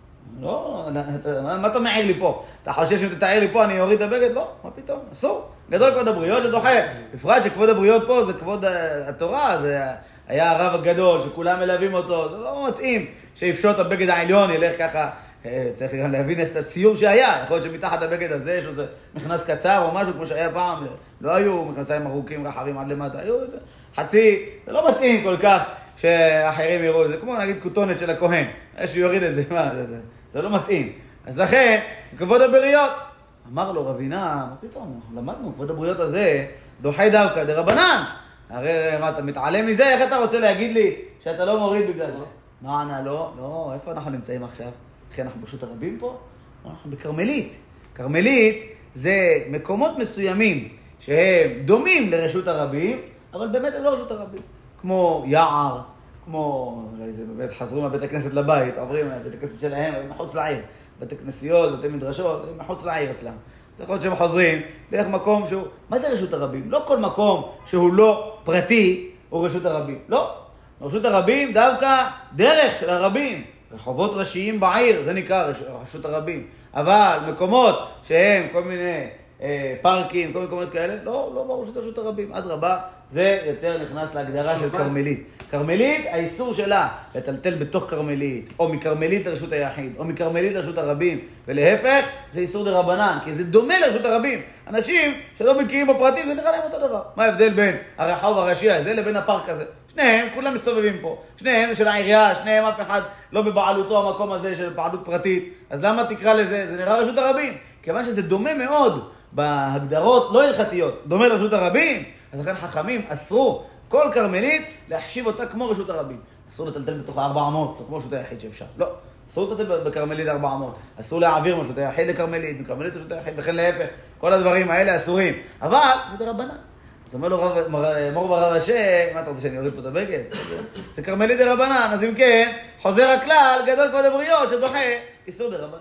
לא, מה אתה מעיר לי פה? אתה חושב שאם תתאר לי פה אני אוריד את הבגד? לא, מה פתאום? אסור. גדול כבוד הבריות שדוחה. בפרט שכבוד הבריות פה זה כבוד התורה, זה היה הרב הגדול שכולם מלווים אותו, זה לא מתאים שיפשוט הבגד העליון, ילך ככה, צריך גם להבין את הציור שהיה, יכול להיות שמתחת הבגד הזה יש איזה מכנס קצר או משהו כמו שהיה פעם, לא היו מכנסיים ארוכים רחבים עד למטה, היו חצי, זה לא מתאים כל כך שאחרים יראו את זה, כמו נגיד כותונת של הכהן, יש יוריד את זה, מה, זה לא מתאים. אז לכן, כבוד הבריות, אמר לו רבינה, מה פתאום, למדנו, כבוד הבריות הזה, דוחה דווקא דרבנן. הרי מה, אתה מתעלם מזה? איך אתה רוצה להגיד לי שאתה לא מוריד בגלל זה? לא ענה, לא, איפה אנחנו נמצאים עכשיו? אחרי אנחנו ברשות הרבים פה? אנחנו בכרמלית. כרמלית זה מקומות מסוימים שהם דומים לרשות הרבים, אבל באמת הם לא רשות הרבים. כמו יער, כמו, אולי זה באמת חזרו מהבית הכנסת לבית, עוברים מהבית הכנסת שלהם, הם מחוץ לעיר. בתי כנסיות, בתי מדרשות, הם מחוץ לעיר אצלם. זה יכול להיות שהם חוזרים דרך מקום שהוא... מה זה רשות הרבים? לא כל מקום שהוא לא פרטי הוא רשות הרבים. לא. רשות הרבים דווקא דרך של הרבים. רחובות ראשיים בעיר, זה נקרא רשות הרבים. אבל מקומות שהם כל מיני פארקים, כל מיני מקומות כאלה, לא ברור שזה רשות הרבים. עד רבה, זה יותר נכנס להגדרה של כרמלית. כרמלית, האיסור שלה לטלטל בתוך כרמלית, או מכרמלית לרשות היחיד, או מכרמלית לרשות הרבים, ולהפך, זה איסור דרבנן, כי זה דומה לרשות הרבים. אנשים שלא מכירים בפרטים, זה נראה להם אותו דבר. מה ההבדל בין הרחוב הראשי הזה לבין הפארק הזה? שניהם, כולם מסתובבים פה. שניהם של העירייה, שניהם אף אחד לא בבעלותו המקום הזה של בעלות פרטית. אז למה תקרא לזה? זה נראה רשות הרבים. כיוון שזה דומה מאוד בהגדרות לא הלכתיות, דומה לרשות הרבים, אז לכן חכמים אסרו כל כרמלית להחשיב אותה כמו רשות הרבים. אסור לטלטל בתוך 400, לא כמו רשות היחיד שאפשר. לא, אסור לטלטל בכרמלית 400. אסור להעביר מרשות היחיד לכרמלית, מכרמלית לרשות היחיד, וכן להפך. כל הדברים האלה אסורים. אבל זה דרבנן. אז אומר לו מור ברב אשר, מה אתה רוצה שאני אוריד פה את הבגד? זה כרמלית דרבנן. אז אם כן, חוזר הכלל, גדול כבוד הבריות שדוחה איסור דרבנן.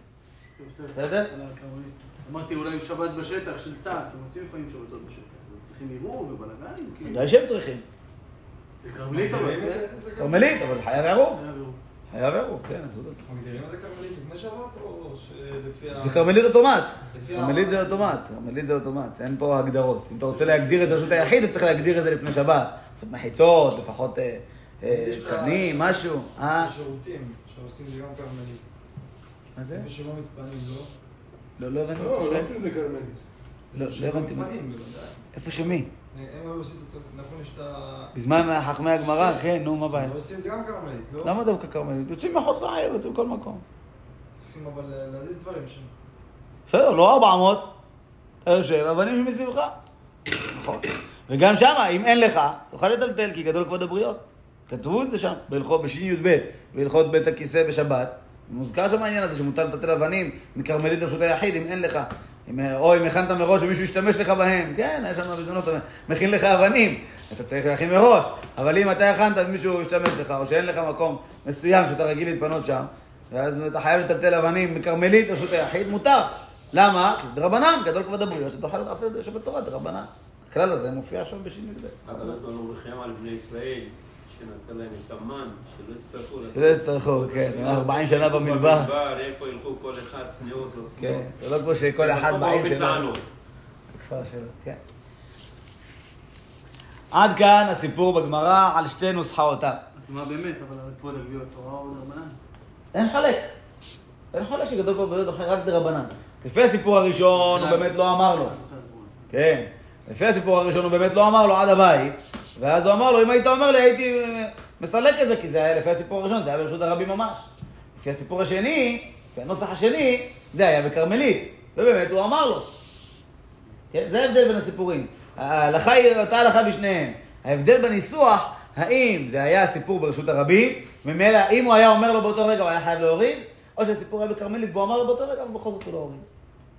בסדר? אמרתי אולי שבת בשטח של צה"ל, כי הם עושים לפעמים שבתות בשטח. צריכים עירוב ובלגנים, כאילו. ודאי שהם צריכים. זה כרמלית אבל, כן? כרמלית, אבל חייב עירוב. חייב עירוב, כן. מגדירים את זה כרמלית לפני שבת או שלפי ה... זה כרמלית אוטומט. כרמלית זה אוטומט. כרמלית זה אוטומט. אין פה הגדרות. אם אתה רוצה להגדיר את רשות היחיד, אתה צריך להגדיר את זה לפני שבת. לעשות מחיצות, לפחות קנים, משהו. שירותים שעושים זה גם כרמלית. מה זה? איפה שלא מתפנים, לא? לא הבנתי. לא, לא עושים את זה כרמלית. לא הבנתי. איפה שמי? הם היו עושים את זה, נכון, יש את ה... בזמן חכמי הגמרא, כן, נו, מה הבעיה? הם עושים את זה גם כרמלית, לא? למה דווקא כרמלית? יוצאים מחוץ לעיר, יוצאים כל מקום. צריכים אבל להזיז דברים שם. בסדר, לא 400. אתה יושב, אבנים שמסביבך. נכון. וגם שמה, אם אין לך, תוכל לטלטל, כי גדול כבוד הבריות. כתבו את זה שם, בהלכות בש"י-י"ב, בהלכות בית הכיסא בשבת. מוזכר שם העניין הזה שמותר לטלטל אבנים מכרמלית לרשות היחיד, אם אין לך. או אם הכנת מראש ומישהו ישתמש לך בהם. כן, היה שם בזמנות, מכין לך אבנים. אתה צריך להכין מראש. אבל אם אתה הכנת ומישהו ישתמש לך, או שאין לך מקום מסוים שאתה רגיל להתפנות שם, אז אתה חייב לטלטל אבנים מכרמלית לרשות היחיד, מותר. למה? כי זה דרבנן, גדול כבוד הבריות, שתוכל לעשות את זה שבתורה, דרבנן. הכלל הזה מופיע שם בש"י-י"ב. אבל אנחנו ריחם על בני ישראל, שנתן להם את המן, שלא יצטרכו, כן, 40 שנה במדבר. איפה ילכו כל אחד צניעות. כן, זה לא כמו שכל אחד בעיר שלו. שלנו. בכפר שלו, כן. עד כאן הסיפור בגמרא על שתי נוסחאותיו. אז מה באמת, אבל על כבוד הבריות, תורה או דרבנן? אין חלק. אין חלק שגדול כבוד הבריות אוכל רק דרבנן. לפי הסיפור הראשון הוא באמת לא אמר לו. כן. לפי הסיפור הראשון הוא באמת לא אמר לו עד הבית, ואז הוא אמר לו, אם היית אומר לי, הייתי מסלק את זה, כי זה היה לפי הסיפור הראשון, זה היה ברשות הרבים ממש. לפי הסיפור השני, לפי הנוסח השני, זה היה בכרמלית, ובאמת הוא אמר לו. כן? זה ההבדל בין הסיפורים. ההלכה היא אותה הלכה בשניהם. ההבדל בניסוח, האם זה היה סיפור ברשות הרבים, ממילא אם הוא היה אומר לו באותו רגע, הוא היה חייב להוריד, או שהסיפור היה בכרמלית, והוא אמר לו באותו רגע, ובכל זאת הוא לא הוריד.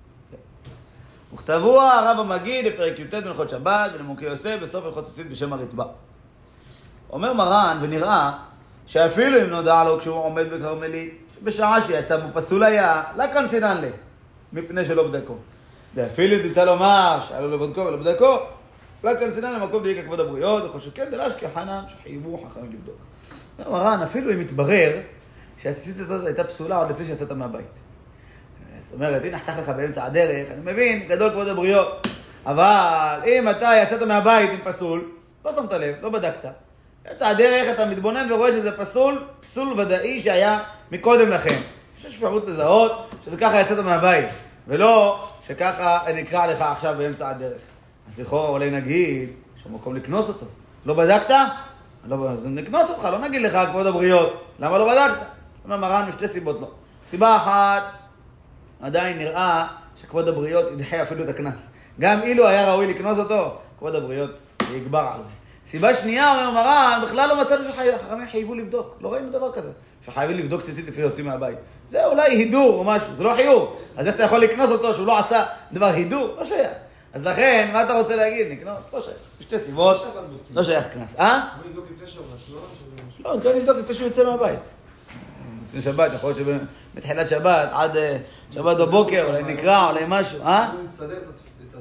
וכתבו הרב המגיד בפרק י"ט בהלכות שבת ולמוקי יוסף בסוף הלכות ציצית בשם הרצב"א. אומר מרן, ונראה שאפילו אם נודע לו כשהוא עומד בכרמלית, בשעה שיצא בו פסול היה, לא כאן סינן לי, מפני שלא בדקו. אפילו אם תמצא לומר שהיה לו לבדקו ולא בדקו, לא כאן סינן למקום דייק כבוד הבריות, וכל שכן דלש כחנם שחייבו חכמים לבדוק. אומר מרן, אפילו אם יתברר שהציצית הזאת הייתה פסולה עוד לפני שיצאת מהבית. זאת אומרת, אם נחתך לך באמצע הדרך, אני מבין, גדול כבוד הבריות. אבל אם אתה יצאת מהבית עם פסול, לא שמת לב, לא בדקת. באמצע הדרך אתה מתבונן ורואה שזה פסול ודאי שהיה מקודם לכם. יש אפשרות לזהות שזה ככה יצאת מהבית, ולא שככה נקרא לך עכשיו באמצע הדרך. אז לכאורה אולי נגיד, יש מקום לקנוס אותו. לא בדקת? אז נקנוס אותך, לא נגיד לך כבוד הבריות. למה לא בדקת? אומר מרן משתי סיבות לא. סיבה אחת, עדיין נראה שכבוד הבריות ידחה אפילו את הכנס. גם אילו היה ראוי לקנוס אותו, כבוד הבריות יגבר על זה. סיבה שנייה, אומר מרן, בכלל לא מצאנו שחכמים חייבו לבדוק. לא ראינו דבר כזה. שחייבים לבדוק ציצית לפני יוצאים מהבית. זה אולי הידור או משהו, זה לא חיוב. אז איך אתה יכול לקנוס אותו שהוא לא עשה דבר הידור? לא שייך. אז לכן, מה אתה רוצה להגיד? נקנוס? לא שייך. שתי סיבות, לא שייך כנס. בוא נבדוק לפני שבת, לא? לא, אני נבדוק לפני שהוא יוצא מהבית. לפני שבת, יכול להיות שבתחילת שבת, עד שבת בבוקר, אולי נקרא, אולי משהו, אה? הוא מסדר את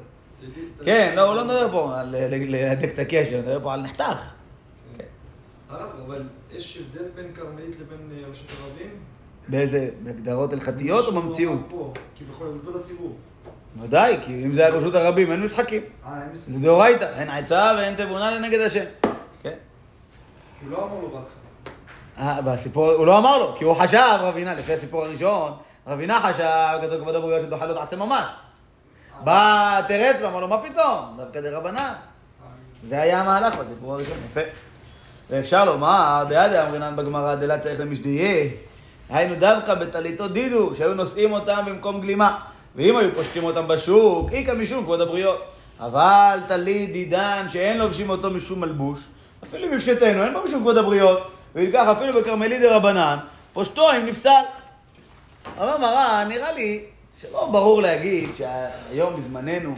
כן, לא, הוא לא מדבר פה על להדק את הקשר, הוא מדבר פה על נחתך. הרב, אבל יש הבדל בין כרמלית לבין רשות הרבים? באיזה, בהגדרות הלכתיות או במציאות? כי בכל זאת הציבור. ודאי, כי אם זה היה רשות הרבים, אין משחקים. אין משחקים. זה דאורייתא, אין עצה ואין תבונה לנגד השם. כן. הוא לא אמר לו בהתחלה. בסיפור, הוא לא אמר לו, כי הוא חשב, רבינה, לפי הסיפור הראשון, רבינה חשב, גדול כבוד הבריות שתוכל לא תעשה ממש. בא תרץ לו, אמר לו, מה פתאום? דווקא דרבנן. זה היה המהלך בסיפור הראשון, יפה. ואפשר לומר, דעדה אמרינן בגמרא, דלה צריך למשדיה. היינו דווקא בטליתו דידו, שהיו נושאים אותם במקום גלימה. ואם היו פושטים אותם בשוק, איקה משום כבוד הבריות. אבל טלית דידן שאין לובשים אותו משום מלבוש, אפילו אם יפשטנו, אין בו משום כבוד הבריות. וילקח אפילו בכרמלית דרבנן, פושטו אם נפסל. אבל מרן, נראה לי שלא ברור להגיד שהיום בזמננו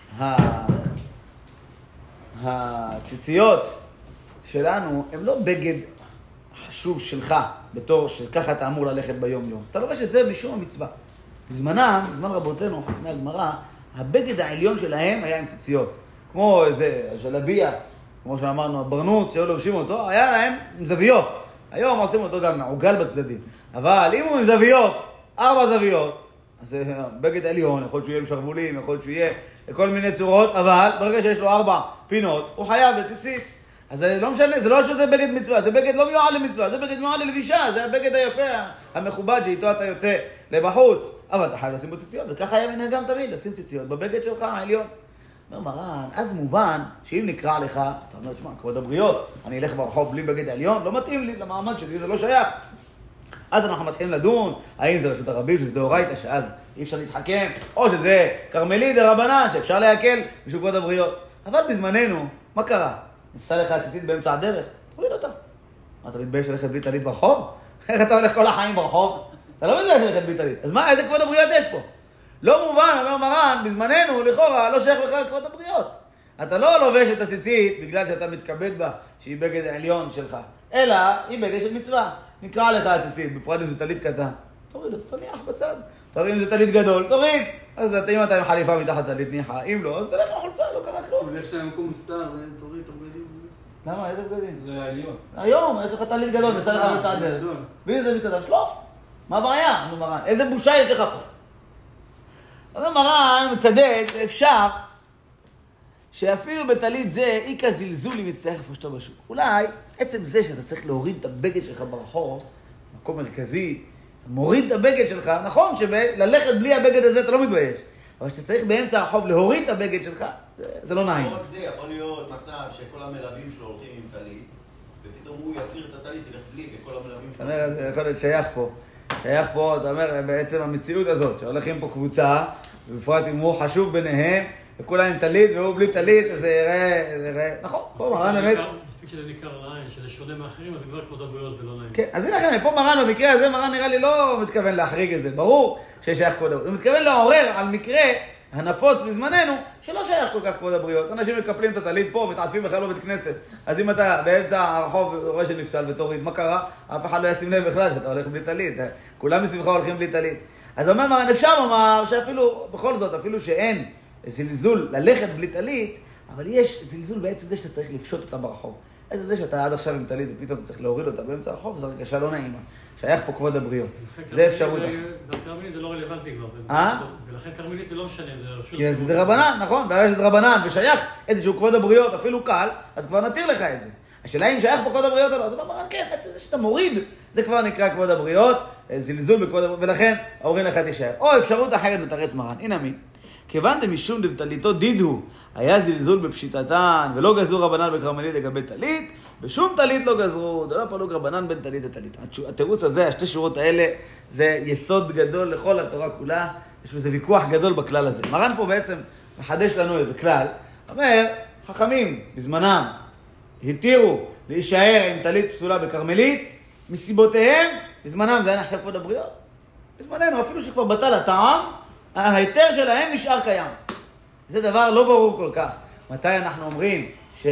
הציציות שלנו הם לא בגד חשוב שלך, בתור שככה אתה אמור ללכת ביום יום. אתה לובש את זה משום המצווה. בזמנם, בזמן רבותינו, חכמי הגמרא, הבגד העליון שלהם היה עם ציציות. כמו איזה ז'לביה, כמו שאמרנו, הברנוס, שהיו לובשים אותו, היה להם עם זוויות. היום עושים אותו גם מעוגל בצדדים. אבל אם הוא עם זוויות, 4 זוויות, אז זה בגד עליון, יכול להיות שהוא יהיה עם שרבולים, יכול להיות שהוא יהיה לכל מיני צורות, אבל ברגע שיש לו 4 פינות, הוא חייב בציצית. אז זה לא משנה, זה לא שזה בגד מצווה, זה בגד לא מיועד למצווה, זה בגד מיועד ללבישה, זה הבגד היפה, המכובד שאיתו אתה יוצא לבחוץ. אבל אתה חייב לשים בו ציציות, וככה היה מנהגם תמיד, לשים ציציות בבגד שלך העליון. אומר מרן, אז מובן שאם נקרא לך, אתה אומר, תשמע, כבוד הבריות, אני אלך ברחוב בלי בגד עליון, לא מתאים לי למעמד שלי, זה לא שייך. אז אנחנו מתחילים לדון, האם זה רשות הרבים, שזה דאורייתא, שאז אי אפשר להתחכם, או שזה כרמלית דרבנן, שאפשר להקל משום כבוד הבריות. אבל בזמננו, מה קרה? נפסל לך הציצית באמצע הדרך, תוריד אותה. מה, אתה מתבייש ללכת בלי טלית ברחוב? איך אתה הולך כל החיים ברחוב? אתה לא מתבייש ללכת בלי טלית. אז מה, איזה כבוד הבריות יש פה? לא מובן, אומר מרן, בזמננו, לכאורה, לא שייך בכלל כבוד הבריות. אתה לא לובש את הציצית בגלל שאתה מתכבד בה, שהיא בגד העליון שלך, אלא היא בגד של מצווה. נקרא לך הציצית, בפרט אם זה טלית קטן. תוריד אותו, תניח בצד. תוריד אם זה טלית גדול, תוריד. אז אם אתה עם חליפה מתחת טלית ניחה, אם לא, אז תלך לחולצה, לא קרה כלום. אבל יש להם מקום מוסתר, תוריד את הבגדים. למה? איזה בגדים? זה העליון. היום, יש לך טלית גדול, נסע לך בצד דרך. ואם זה טלית קטן, שלוף. מה הבעיה? אומר מרן, איזה בושה יש לך פה? אומר מרן, מצדד, אפשר שאפילו בטלית זה איקה זלזול אם יצטרך לפשטו בשוק. אולי עצם זה שאתה צריך להוריד את הבגד שלך ברחוב, מקום מרכזי, מוריד את הבגד שלך, נכון שללכת בלי הבגד הזה אתה לא מתבייש, אבל שאתה צריך באמצע הרחוב להוריד את הבגד שלך, זה לא נעים. לא רק זה, יכול להיות מצב שכל המלווים שלו הולכים עם טלית, ופתאום הוא יסיר את הטלית, ילך בלי, וכל המלווים שלו... אתה אומר, זה יכול להיות שייך פה, אתה אומר, בעצם המציאות הזאת, שהולכים פה קבוצה, ובפרט אם הוא חשוב ביניהם, וכולם עם טלית והוא בלי טלית, אז זה יראה, נכון, פה מרן באמת... מספיק שזה ניכר לעין, שזה שונה מאחרים, אז זה כבר כבוד הבריות ולא נעים. כן, אז הנה לכם, פה מרן במקרה הזה, מרן נראה לי לא מתכוון להחריג את זה, ברור שיש שייך כבוד הבריות. הוא מתכוון לעורר על מקרה הנפוץ בזמננו, שלא שייך כל כך כבוד הבריות. אנשים מקפלים את הטלית פה, מתעטפים בכלל בבית כנסת. אז אם אתה באמצע הרחוב רואה שנפסל ותוריד, מה קרה? אף אחד לא ישים לב בכלל שאתה הולך בלי טלית. כולם מסביבך הולכים בלי טלית. אז אומר מרן, אפשר לומר שאפילו, בכל זאת, אפילו שאין זלזול ללכת בלי טלית, אבל יש זלזול בעצם זה שאתה צריך לפשוט אותה ברחוב. אז זה שאתה עד עכשיו עם טלית ופתאום אתה צריך להוריד אותה באמצע הרחוב, זו הרגשה לא נעימה. שייך פה כבוד הבריות. זה אפשרות. קרמלית זה לא רלוונטי כבר. ולכן קרמלית זה לא משנה. כי זה רבנן, נכון? ברגע שזה רבנן ושייך איזשהו כבוד הבריות, אפילו קל, אז כבר נתיר לך את זה. השאלה אם שייך פה כבוד הבריות או לא, אז הוא אומר, כן, בעצם זה שאתה מוריד, זה כבר נקרא כבוד הבריות, זלזול בכבוד הבריות, ולכן ההורים לך תישאר. או אפשרות אחרת מתרץ מרן. הנה מי. כיוון דמשום דבטליתו דידו, היה זלזול בפשיטתן, ולא גזרו רבנן בקרמלית לגבי טלית, בשום טלית לא גזרו, לא פלוג רבנן בין טלית לטלית. התירוץ הזה, השתי שורות האלה, זה יסוד גדול לכל התורה כולה, יש בזה ויכוח גדול בכלל הזה. מרן פה בעצם מחדש לנו איזה כלל, אומר, חכמים בזמנם התירו להישאר עם טלית פסולה בקרמלית, מסיבותיהם, בזמנם זה היה נחשב כבוד הבריות. בזמננו, אפילו שכבר בטל הטעם, ההיתר שלהם נשאר קיים. זה דבר לא ברור כל כך. מתי אנחנו אומרים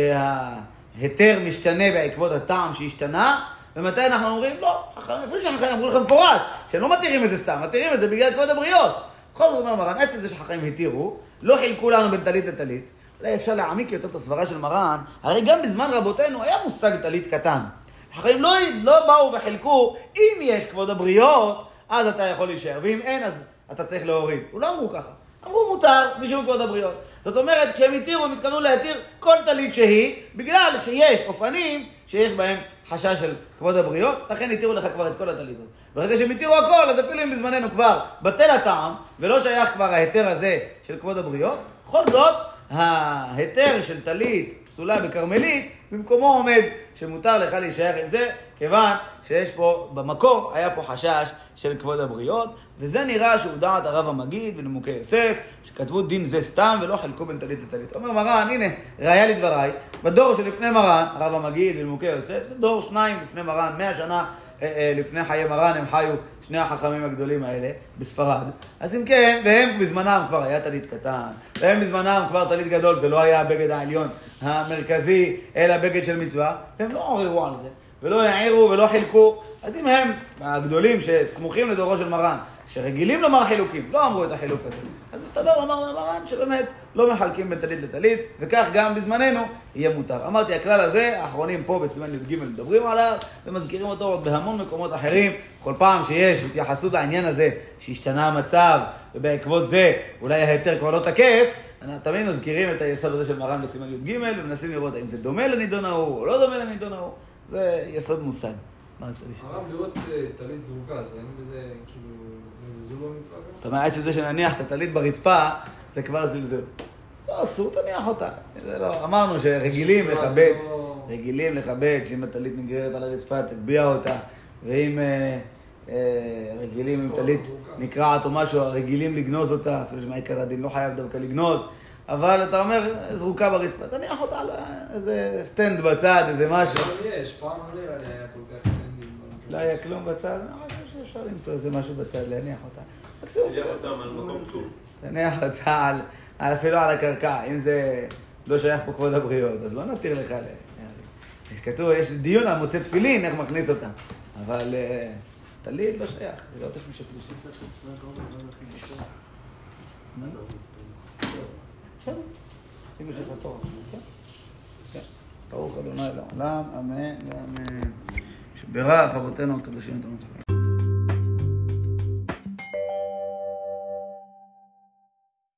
שההיתר משתנה בעקבות הטעם שהשתנה, ומתי אנחנו אומרים לא, אפילו שחכמים אמרו לכם מפורש, שהם לא מתירים את זה סתם, מתירים את זה בגלל כבוד הבריות. בכל זאת אומר מרן, עצם זה שחכמים התירו, לא חילקו לנו בין טלית לטלית. אולי אפשר להעמיק יותר את הסברה של מרן, הרי גם בזמן רבותינו היה מושג טלית קטן. חכמים לא באו וחילקו, אם יש כבוד הבריות, אז אתה יכול להישאר, ואם אין, אז אתה צריך להוריד. הוא לא אמרו ככה. אמרו מותר, משום כבוד הבריות. זאת אומרת, כשהם התירו, הם התכוונו להתיר כל טלית שהיא, בגלל שיש אופנים שיש בהם חשש של כבוד הבריות, לכן התירו לך כבר את כל הטליתות. ברגע שהם התירו הכל, אז אפילו אם בזמננו כבר בטל הטעם, ולא שייך כבר ההיתר הזה של כבוד הבריות, בכל זאת, ההיתר של טלית פסולה בקרמלית, במקומו עומד שמותר לך להישאר עם זה, כיוון שיש פה, במקור, היה פה חשש של כבוד הבריות, וזה נראה שהוא דעת הרב המגיד ונימוקי יוסף, שכתבו דין זה סתם ולא חלקו בין טלית לטלית. אומר מרן, הנה, ראיה לדבריי, בדור שלפני מרן, הרב המגיד ונימוקי יוסף, זה דור שניים לפני מרן, 100 שנה לפני חיי מרן, הם חיו שני החכמים הגדולים האלה בספרד. אז אם כן, והם בזמנם כבר היה טלית קטן, והם בזמנם כבר טלית גדול, זה לא היה הבגד העליון המרכזי, אלא בגד של מצווה, והם לא עוררו על זה. ולא העירו ולא חילקו, אז אם הם, הגדולים שסמוכים לדורו של מרן, שרגילים לומר חילוקים, לא אמרו את החילוק הזה, אז מסתבר לומר מרן שבאמת לא מחלקים בין טלית לטלית, וכך גם בזמננו יהיה מותר. אמרתי, הכלל הזה, האחרונים פה בסימן י"ג מדברים עליו, ומזכירים אותו עוד בהמון מקומות אחרים, כל פעם שיש התייחסות לעניין הזה, שהשתנה המצב, ובעקבות זה אולי ההיתר כבר לא תקף, תמיד מזכירים את היסוד הזה של מרן בסימן י"ג, ומנסים לראות האם זה דומה לנידון ההוא או לא דומה לנידון ההוא. זה יסוד מושג. מה זה לשאול? הרב, לראות טלית זרוקה, זה אין בזה כאילו זלזול במצווה גם? זאת אומרת, עצם זה שנניח את הטלית ברצפה, זה כבר זלזול. לא, אסור תניח אותה. זה לא, אמרנו שרגילים לכבד, רגילים לכבד, שאם הטלית נגררת על הרצפה, תגביע אותה, ואם רגילים עם טלית נקרעת או משהו, רגילים לגנוז אותה, אפילו שמעיקר הדין לא חייב דווקא לגנוז, אבל אתה אומר, זרוקה ברצפה, תניח אותה על איזה סטנד בצד, איזה משהו. יש, פעם לא היה כל כך סטנדים. לא היה כלום בצד, אני חושב שאפשר למצוא איזה משהו בצד, להניח אותה. תניח אותם על מקום כלום. תניח אותה אפילו על הקרקע, אם זה לא שייך פה כבוד הבריות, אז לא נתיר לך יש כתוב, יש דיון על מוצא תפילין, איך מכניס אותה. אבל טלית לא שייך, זה לא תשמיש הקדושים. כן, אם יש לך תורה. כן, ברוך ה' לעולם, אמן ואמן. שברך אבותינו הקדושים.